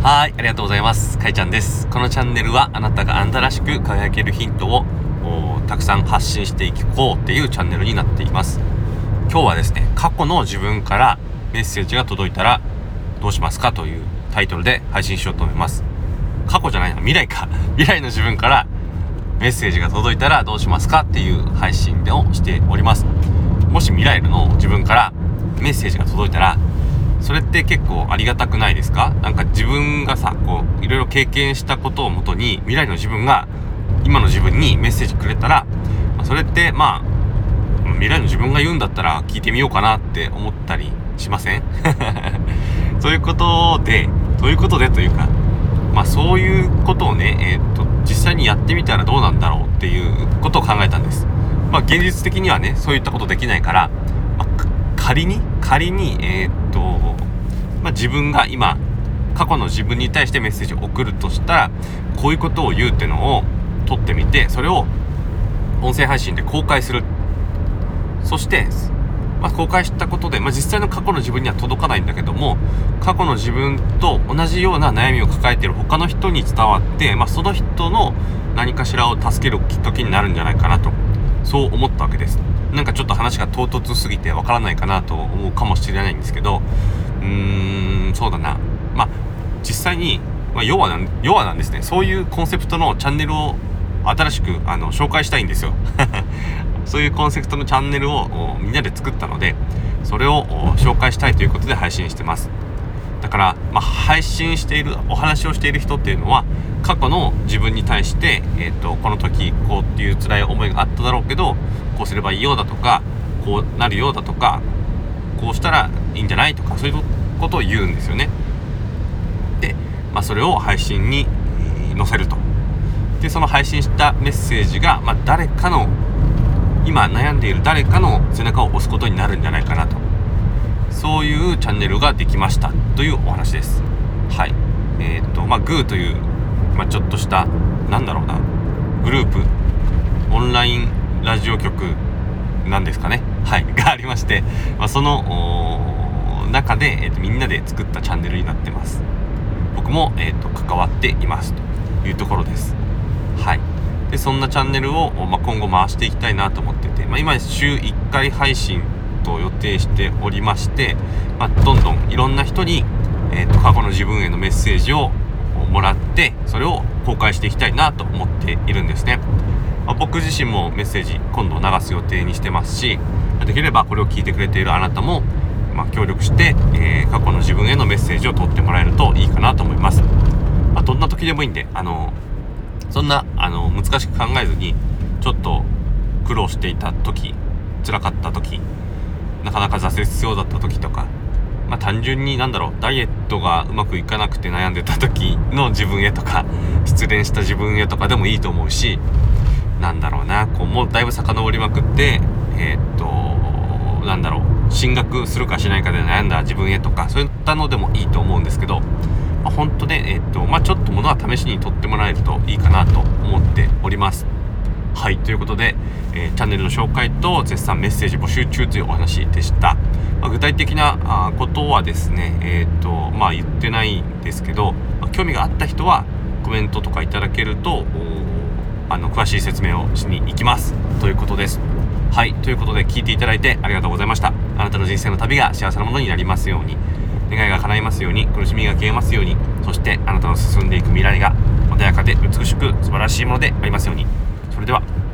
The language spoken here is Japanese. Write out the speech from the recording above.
はい、ありがとうございます。かいちゃんです。このチャンネルはあなたがあなたらしく輝けるヒントをたくさん発信していこうっていうチャンネルになっています。今日はですね、過去の自分からメッセージが届いたらどうしますかというタイトルで配信しようと思います。過去じゃないな、未来か。未来の自分からメッセージが届いたらどうしますかっていう配信をしております。もし未来の自分からメッセージが届いたらそれって結構ありがたくないですか？なんか自分がさ、いろいろ経験したことをもとに未来の自分が今の自分にメッセージくれたら、それって未来の自分が言うんだったら聞いてみようかなって思ったりしません？そういうことでというか、そういうことをね、実際にやってみたらどうなんだろうっていうことを考えたんです。現実的にはね、そういったことできないから、仮に自分が今過去の自分に対してメッセージを送るとしたら、こういうことを言うっていうのを撮ってみて、それを音声配信で公開する。そして、公開したことで、実際の過去の自分には届かないんだけども、過去の自分と同じような悩みを抱えている他の人に伝わって、その人の何かしらを助けるきっかけになるんじゃないかなと、そう思ったわけです。なんかちょっと話が唐突すぎてわからないかなと思うかもしれないんですけど、そうだな。実際に、要はなんですね。そういうコンセプトのチャンネルを新しく紹介したいんですよ。そういうコンセプトのチャンネルをみんなで作ったので、それを紹介したいということで配信してます。だから、配信しているお話をしている人っていうのは過去の自分に対して、この時こうっていう辛い思いがあっただろうけど、こうすればいいようだとか、こうなるようだとか、こうしたらいいんじゃないとか、そういうことを言うんですよね。で、それを配信に載せると。で、その配信したメッセージが、誰かの今悩んでいる誰かの背中を押すことになるんじゃないかなと、そういうチャンネルができましたというお話です。はい。グーという、ちょっとしたグループ、オンラインラジオ局なんですかね、がありまして、その中で、みんなで作ったチャンネルになってます。僕も、関わっていますというところです。はい。で、そんなチャンネルを、今後回していきたいなと思ってて、今週1回配信と予定しておりまして、どんどんいろんな人に、過去の自分へのメッセージをもらって、それを公開していきたいなと思っているんですね。僕自身もメッセージ今度流す予定にしてますし、できればこれを聞いてくれているあなたも、協力して、過去の自分へのメッセージを取ってもらえるといいかなと思います。どんな時でもいいんで、そんな難しく考えずに、ちょっと苦労していた時、辛かった時、なかなか挫折しそうだった時とか、単純にダイエットがうまくいかなくて悩んでた時の自分へとか、失恋した自分へとかでもいいと思うし、もうだいぶ遡りまくって、進学するかしないかで悩んだ自分へとか、そういったのでもいいと思うんですけど、本当ね、ちょっとものは試しに取ってもらえるといいかなと思っております。はい、ということで、チャンネルの紹介と絶賛メッセージ募集中というお話でした。具体的なことはですね、言ってないんですけど、興味があった人はコメントとかいただけると、詳しい説明をしに行きますということです。はい、ということで聞いていただいてありがとうございました。あなたの人生の旅が幸せなものになりますように、願いが叶いますように、苦しみが消えますように、そしてあなたの進んでいく未来が穏やかで美しく素晴らしいものでありますように。それでは。